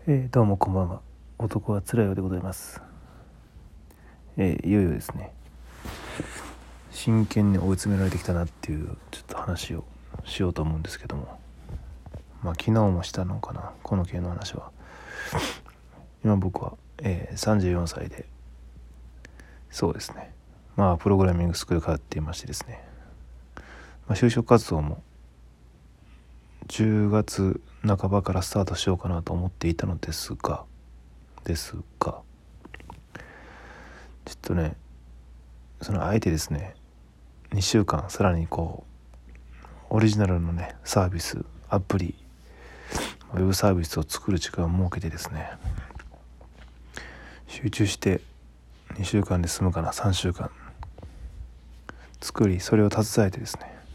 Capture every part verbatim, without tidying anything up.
えー、どうもこんばんは。男はつらいようでございます。えー、いよいよですね、真剣に追い詰められてきたなっていうちょっと話をしようと思うんですけども、まあ昨日もしたのかな、この系の話は。今僕は、えー、さんじゅうよんさいで、そうですね、まあプログラミングスクール通っていましてですね、まあ、就職活動もじゅうがつなかばからスタートしようかなと思っていたのですがですがちょっとね、そのあえてですね、にしゅうかんさらにこうオリジナルのねサービス、アプリ、ウェブサービスを作る時間を設けてですね、集中してにしゅうかんで済むかな、さんしゅうかん作り、それを携えてですね、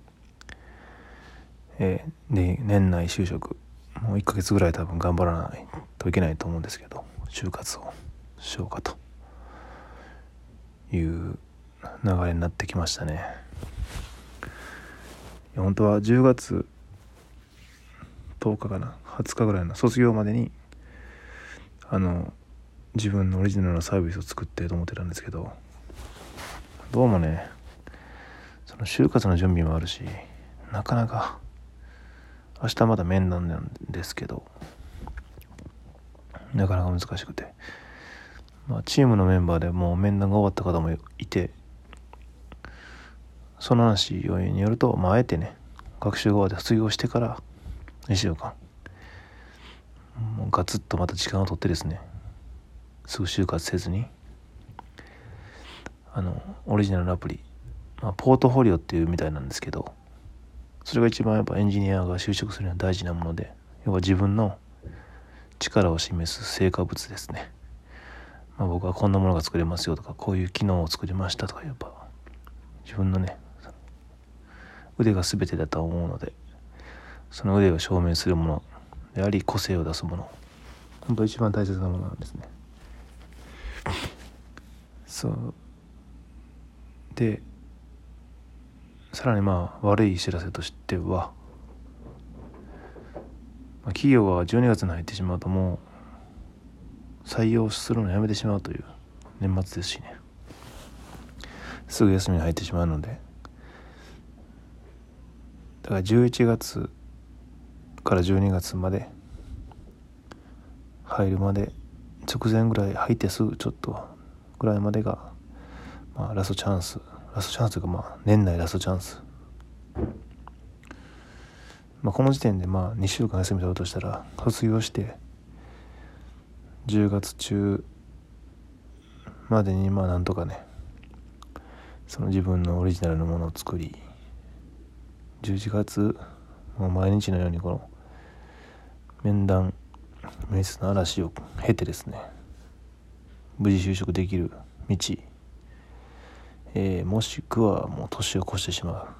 えー、で年内就職、もういっかげつぐらい多分頑張らないといけないと思うんですけど、就活をしようかという流れになってきましたね。いや本当はじゅうがつとおかかな、はつかぐらいの卒業までにあの自分のオリジナルのサービスを作ってと思ってたんですけど、どうもね、その就活の準備もあるし、なかなか明日まだ面談なんですけど、なかなか難しくて、まあ、チームのメンバーでもう面談が終わった方もいて、その話によると、まあ、あえてね、学習が終わって卒業してからにしゅうかんもうガツッとまた時間を取ってですね、すぐ就活せずにあのオリジナルのアプリ、まあ、ポートフォリオっていうみたいなんですけど、それが一番やっぱエンジニアが就職するには大事なもので、要は自分の力を示す成果物ですね。まあ、僕はこんなものが作れますよとか、こういう機能を作りましたとか、やっぱ自分のね腕が全てだと思うので、その腕を証明するものであり、個性を出すもの、本当一番大切なものなんですね。そうで、さらにまあ悪い知らせとしては、まあ、企業はじゅうにがつに入ってしまうともう採用するのをやめてしまうという年末ですしね、すぐ休みに入ってしまうので、だからじゅういちがつからじゅうにがつまで入るまで、直前ぐらい、入ってすぐちょっとぐらいまでが、まあ、ラストチャンスラストチャンスというか、まあ年内ラストチャンス、まあ、この時点でまあにしゅうかん休み取るとしたら、卒業してじゅうがつ中までにまあなんとかね、その自分のオリジナルのものを作り、じゅういちがつもう毎日のようにこの面談面接の嵐を経てですね、無事就職できる道、えー、もしくはもう年を越してしまう、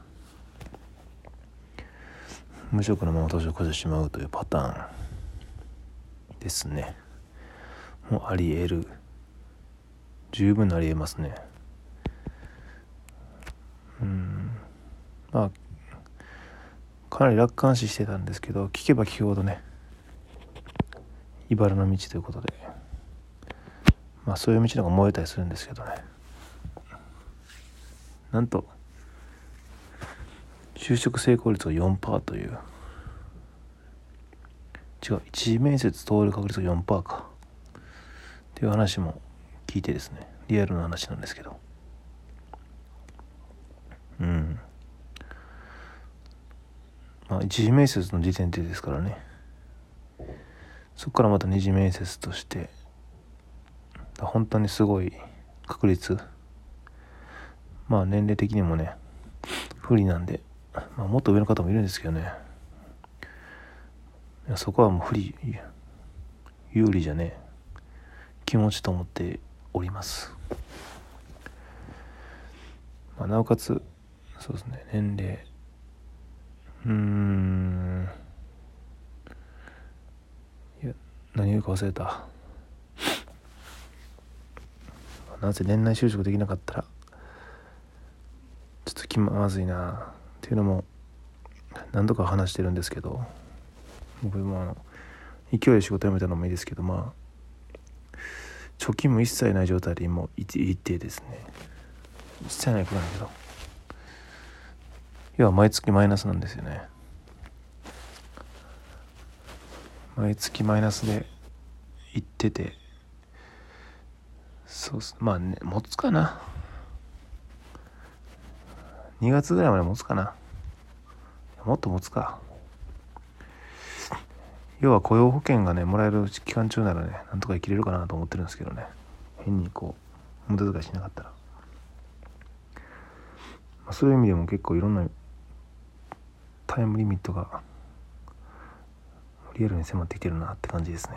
無職のまま年を越してしまうというパターンですね。もうあり得る、十分にあり得ますね。うんまあかなり楽観視してたんですけど、聞けば聞くほどね、茨の道ということで、まあそういう道の方が燃えたりするんですけどね、なんと就職成功率が よんパーセント という、違う、一次面接通る確率が よんパーセント かっていう話も聞いてですね、リアルな話なんですけど、うんまあ一次面接の時点でですからね、そこからまた二次面接として、本当にすごい確率、まあ年齢的にもね不利なんで、まあ、もっと上の方もいるんですけどね、いやそこはもう不利、有利じゃねえ気持ちと思っております。まあ、なおかつそうですね、年齢、うーんいや何言うか忘れた。なぜ年内就職できなかったらちょっと気まずいなっていうのも何度か話してるんですけど、僕もあの勢いで仕事辞めたのもいいですけど、まあ貯金も一切ない状態で今いてですね、一切ないことなんだけど、要は毎月マイナスなんですよね。毎月マイナスでいってて、そうっす、まあね、持つかな、にがつぐらいまで持つかな、もっと持つか。要は雇用保険がねもらえる期間中ならね、なんとか生きれるかなと思ってるんですけどね、変にこう無駄遣いしなかったら、まあ、そういう意味でも結構いろんなタイムリミットがリアルに迫ってきてるなって感じですね。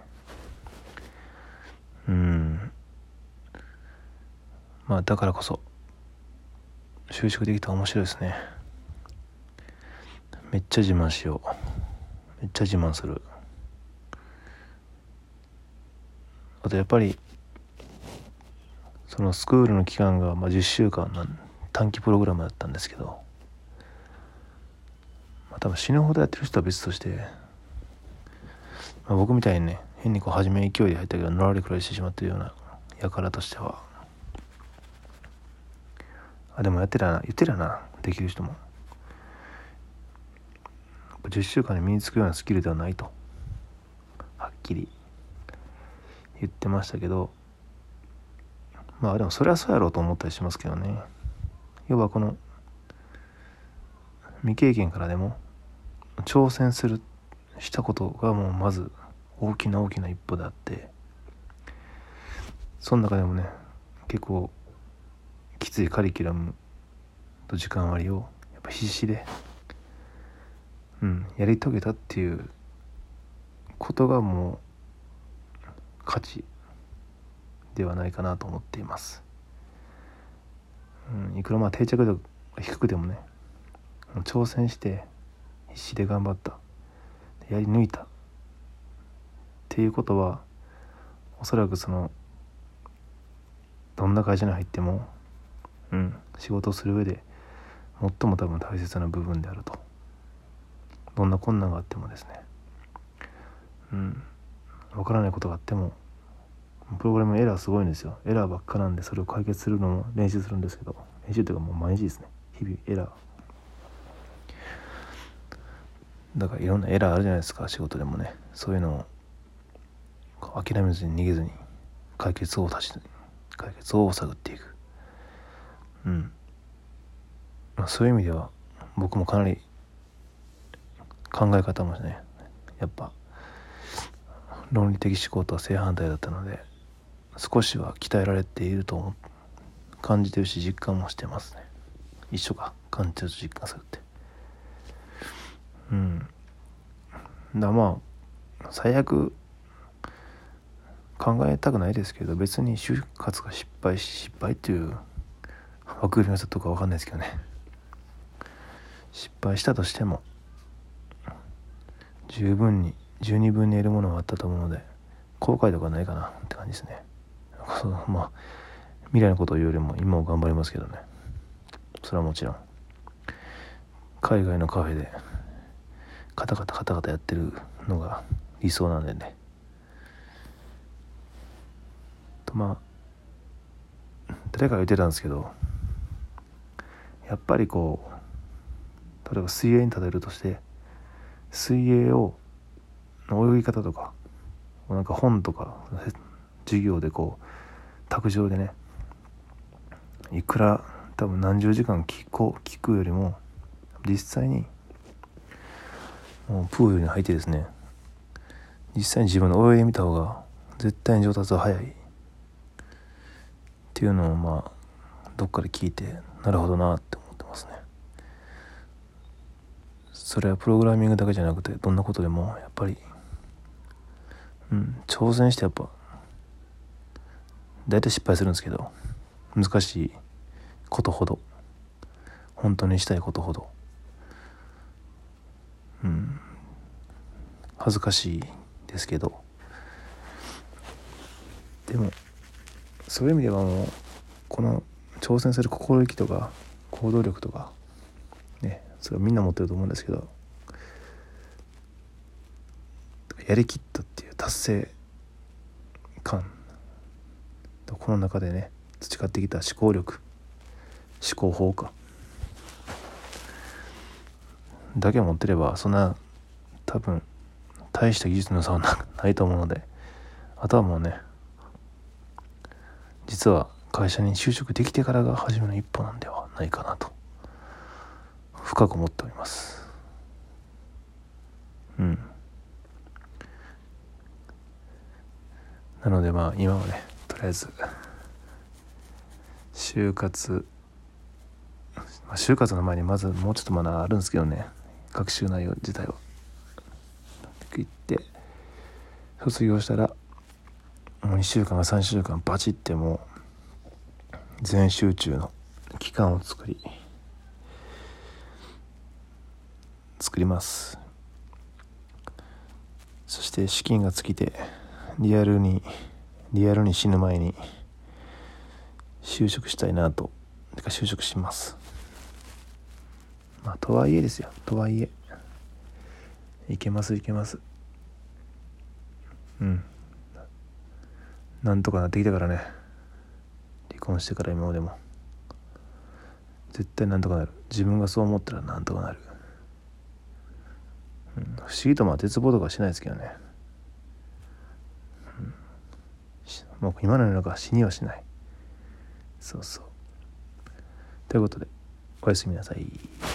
うん、まあだからこそ就職できたら面白いですね。めっちゃ自慢しよう、めっちゃ自慢する。あとやっぱりそのスクールの期間がまあじゅっしゅうかんの短期プログラムだったんですけど、まあ、多分死ぬほどやってる人は別として、まあ、僕みたいにね変にこう初め勢いで入ったけどのらりくらいしてしまっているような輩としては、あでもやってたな、言ってたな、できる人もじゅっしゅうかんで身につくようなスキルではないとはっきり言ってましたけど、まあでもそれはそうやろうと思ったりしますけどね。要はこの未経験からでも挑戦するしたことがもうまず大きな大きな一歩であって、その中でもね結構きついカリキュラムと時間割をやっぱ必死で、うん、やり遂げたっていうことがもう価値ではないかなと思っています。うん、いくらまあ定着度が低くてもね、挑戦して必死で頑張った、やり抜いたっていうことは、おそらくそのどんな会社に入っても、うん、仕事をする上で最も多分大切な部分であると。どんな困難があってもですね、うん、分からないことがあっても、プログラムのエラーすごいんですよ。エラーばっかなんで、それを解決するのも練習するんですけど、練習というかもう毎日ですね、日々エラーだから、いろんなエラーあるじゃないですか、仕事でもね。そういうのを諦めずに逃げずに解決を立ち解決を探っていく。うん、まあ、そういう意味では僕もかなり考え方もね、やっぱ論理的思考とは正反対だったので、少しは鍛えられていると感じてるし、実感もしてますね。一緒か、感じると実感するって。うんだまあ最悪考えたくないですけど、別に就活が失敗し失敗っていう枠組みの人とか分かんないですけどね、失敗したとしても十分に十二分に得るものはあったと思うので、後悔とかないかなって感じですね。そうまあ未来のことを言うよりも今を頑張りますけどね。それはもちろん海外のカフェでカタカタカタカタやってるのが理想なんでね。とまあ誰かが言ってたんですけど、やっぱりこう例えば水泳に例えるとして、水泳を泳ぎ方とかなんか本とか授業でこう卓上でね、いくら多分何十時間聞こう聞くよりも、実際にもうプールに入ってですね、実際に自分で泳いでみた方が絶対に上達は早いっていうのをまあどっかで聞いて、なるほどなって思ってますね。それはプログラミングだけじゃなくて、どんなことでもやっぱり、うん、挑戦してやっぱ大体失敗するんですけど、難しいことほど、本当にしたいことほど、うん、恥ずかしいですけど、でもそういう意味ではもうこの挑戦する心意気とか行動力とかね、それはみんな持ってると思うんですけど、 やりきったっていう達成感と、この中でね培ってきた思考力、思考法かだけ持ってれば、そんな多分大した技術の差はないと思うので、あとはもうね、実は会社に就職できてからが初めの一歩なんではないかなと深く思っております。うんなのでまあ今はね、とりあえず就活、まあ、就活の前にまずもうちょっとまだあるんですけどね、学習内容自体は行って卒業したらもうにしゅうかんかさんしゅうかんバチってもう全集中の期間を作り作りますそして資金が尽きてリアルにリアルに死ぬ前に就職したいなと、てか就職します。まあとはいえですよ、とはいえいけますいけますうんなんとかなってきたからね、離婚してから今までも絶対なんとかなる。自分がそう思ったらなんとかなる、うん、不思議とまあ絶望とかはしないですけどね、うん、もう今の世の中は死にはしない。そうそうということでおやすみなさい。